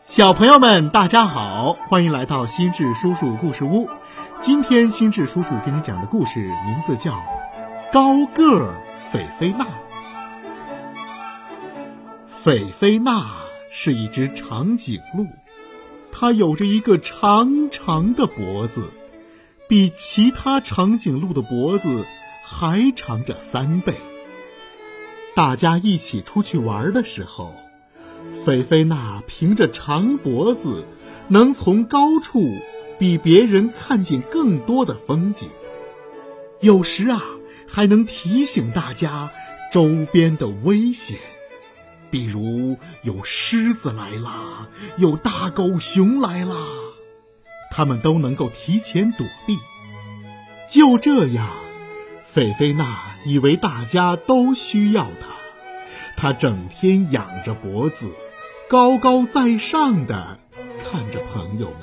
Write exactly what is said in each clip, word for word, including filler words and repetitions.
小朋友们大家好，欢迎来到心智叔叔故事屋。今天心智叔叔给你讲的故事名字叫高个儿菲菲娜。菲菲娜是一只长颈鹿，它有着一个长长的脖子，比其他长颈鹿的脖子还长着三倍。大家一起出去玩的时候，菲菲娜凭着长脖子能从高处比别人看见更多的风景，有时啊还能提醒大家周边的危险，比如有狮子来啦，有大狗熊来啦，它们都能够提前躲避。就这样，菲菲娜以为大家都需要她，她整天仰着脖子高高在上地看着朋友们。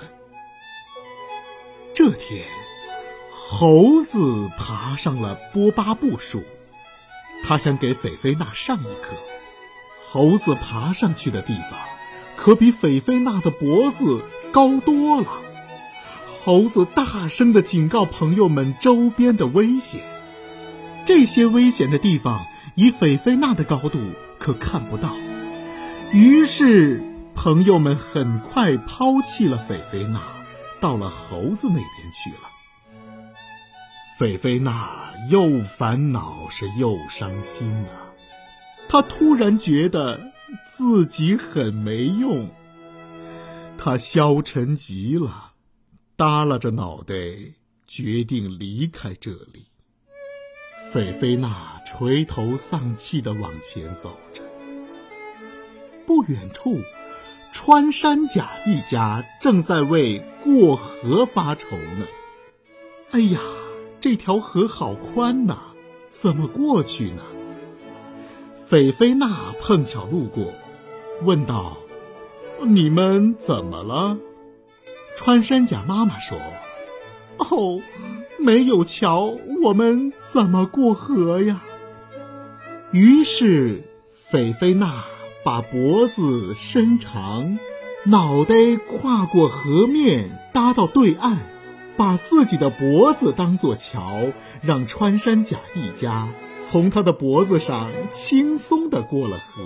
这天，猴子爬上了波巴布树，他想给菲菲娜上一课。猴子爬上去的地方可比菲菲娜的脖子高多了。猴子大声地警告朋友们周边的危险，这些危险的地方以菲菲娜的高度可看不到。于是朋友们很快抛弃了菲菲娜，到了猴子那边去了。菲菲娜又烦恼是又伤心啊，她突然觉得自己很没用，她消沉极了，耷拉着脑袋决定离开这里。菲菲娜垂头丧气地往前走着。不远处，穿山甲一家正在为过河发愁呢。哎呀，这条河好宽呐，怎么过去呢？菲菲娜碰巧路过，问道：你们怎么了？穿山甲妈妈说：哦，没有桥，我们怎么过河呀？于是菲菲娜把脖子伸长，脑袋跨过河面搭到对岸，把自己的脖子当作桥，让穿山甲一家从他的脖子上轻松地过了河。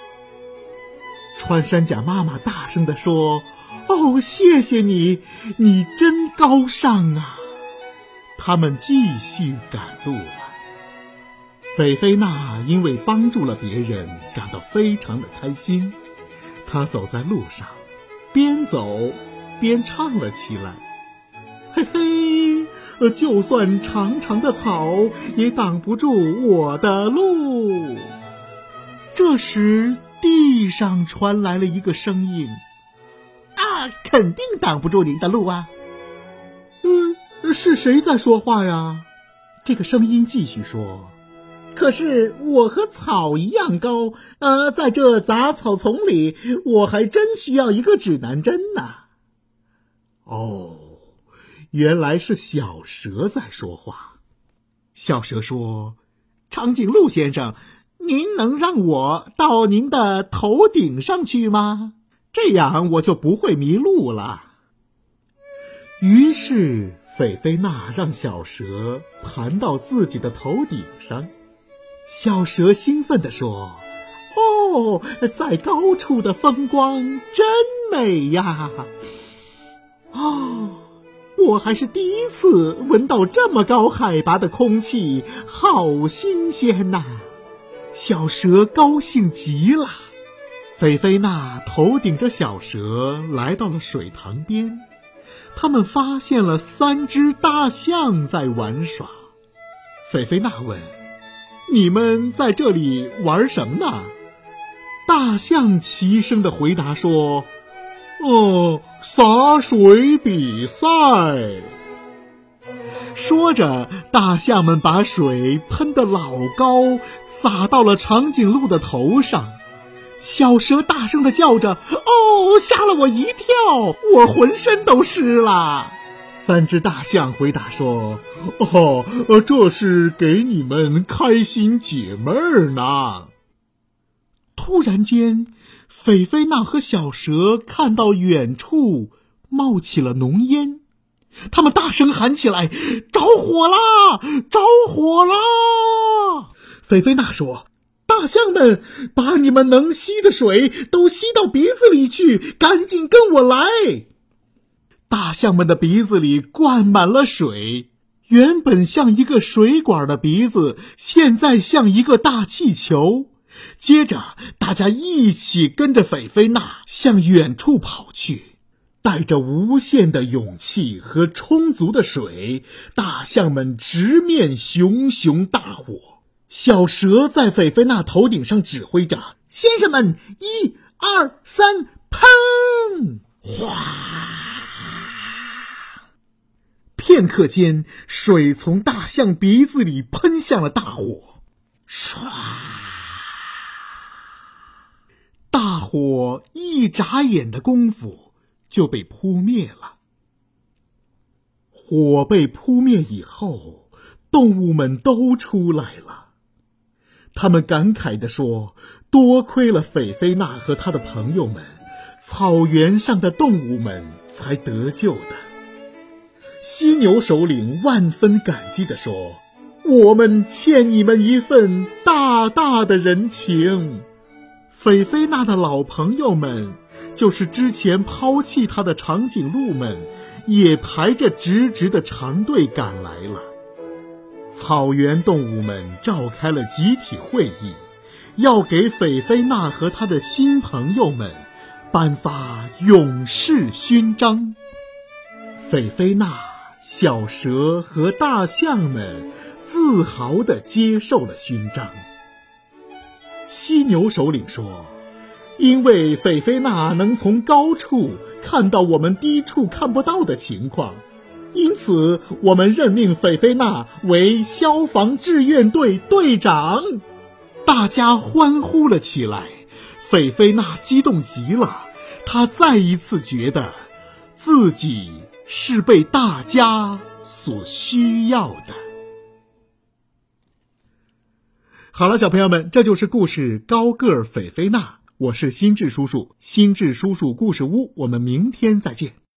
穿山甲妈妈大声地说：哦，谢谢你，你真高尚啊！他们继续赶路了。菲菲娜因为帮助了别人感到非常的开心，她走在路上，边走边唱了起来：嘿嘿，就算长长的草也挡不住我的路。这时地上传来了一个声音：啊，肯定挡不住您的路啊。嗯，是谁在说话呀？这个声音继续说：可是我和草一样高，呃，在这杂草丛里，我还真需要一个指南针呢。哦，原来是小蛇在说话。小蛇说：长颈鹿先生，您能让我到您的头顶上去吗？这样我就不会迷路了。于是菲菲娜让小蛇盘到自己的头顶上。小蛇兴奋地说：哦，在高处的风光真美呀！哦，我还是第一次闻到这么高海拔的空气，好新鲜呐！小蛇高兴极了。菲菲娜头顶着小蛇来到了水塘边，他们发现了三只大象在玩耍。菲菲娜问：你们在这里玩什么呢？大象齐声地回答说：哦，洒水比赛。说着，大象们把水喷得老高，洒到了长颈鹿的头上。小蛇大声地叫着：哦，吓了我一跳，我浑身都湿了。三只大象回答说：哦，这是给你们开心解闷儿呢。突然间， 菲菲娜和小蛇看到远处冒起了浓烟，他们大声喊起来：着火啦！着火啦！菲菲娜说：大象们，把你们能吸的水都吸到鼻子里去，赶紧跟我来。大象们的鼻子里灌满了水，原本像一个水管的鼻子，现在像一个大气球。接着大家一起跟着菲菲娜向远处跑去，带着无限的勇气和充足的水，大象们直面熊熊大火。小蛇在菲菲娜头顶上指挥着：先生们，一二三，喷！哗！片刻间，水从大象鼻子里喷向了大火，唰！大火一眨眼的功夫就被扑灭了。火被扑灭以后，动物们都出来了。他们感慨地说：多亏了菲菲娜和她的朋友们，草原上的动物们才得救的。犀牛首领万分感激地说：我们欠你们一份大大的人情。菲菲娜的老朋友们，就是之前抛弃她的长颈鹿们，也排着直直的长队赶来了。草原动物们召开了集体会议，要给菲菲娜和她的新朋友们颁发勇士勋章。菲菲娜、小蛇和大象们自豪地接受了勋章。犀牛首领说：因为菲菲娜能从高处看到我们低处看不到的情况，因此我们任命菲菲娜为消防志愿队队长。大家欢呼了起来，菲菲娜激动极了，她再一次觉得自己是被大家所需要的。好了，小朋友们，这就是故事高个儿菲菲娜。我是心智叔叔，心智叔叔故事屋，我们明天再见。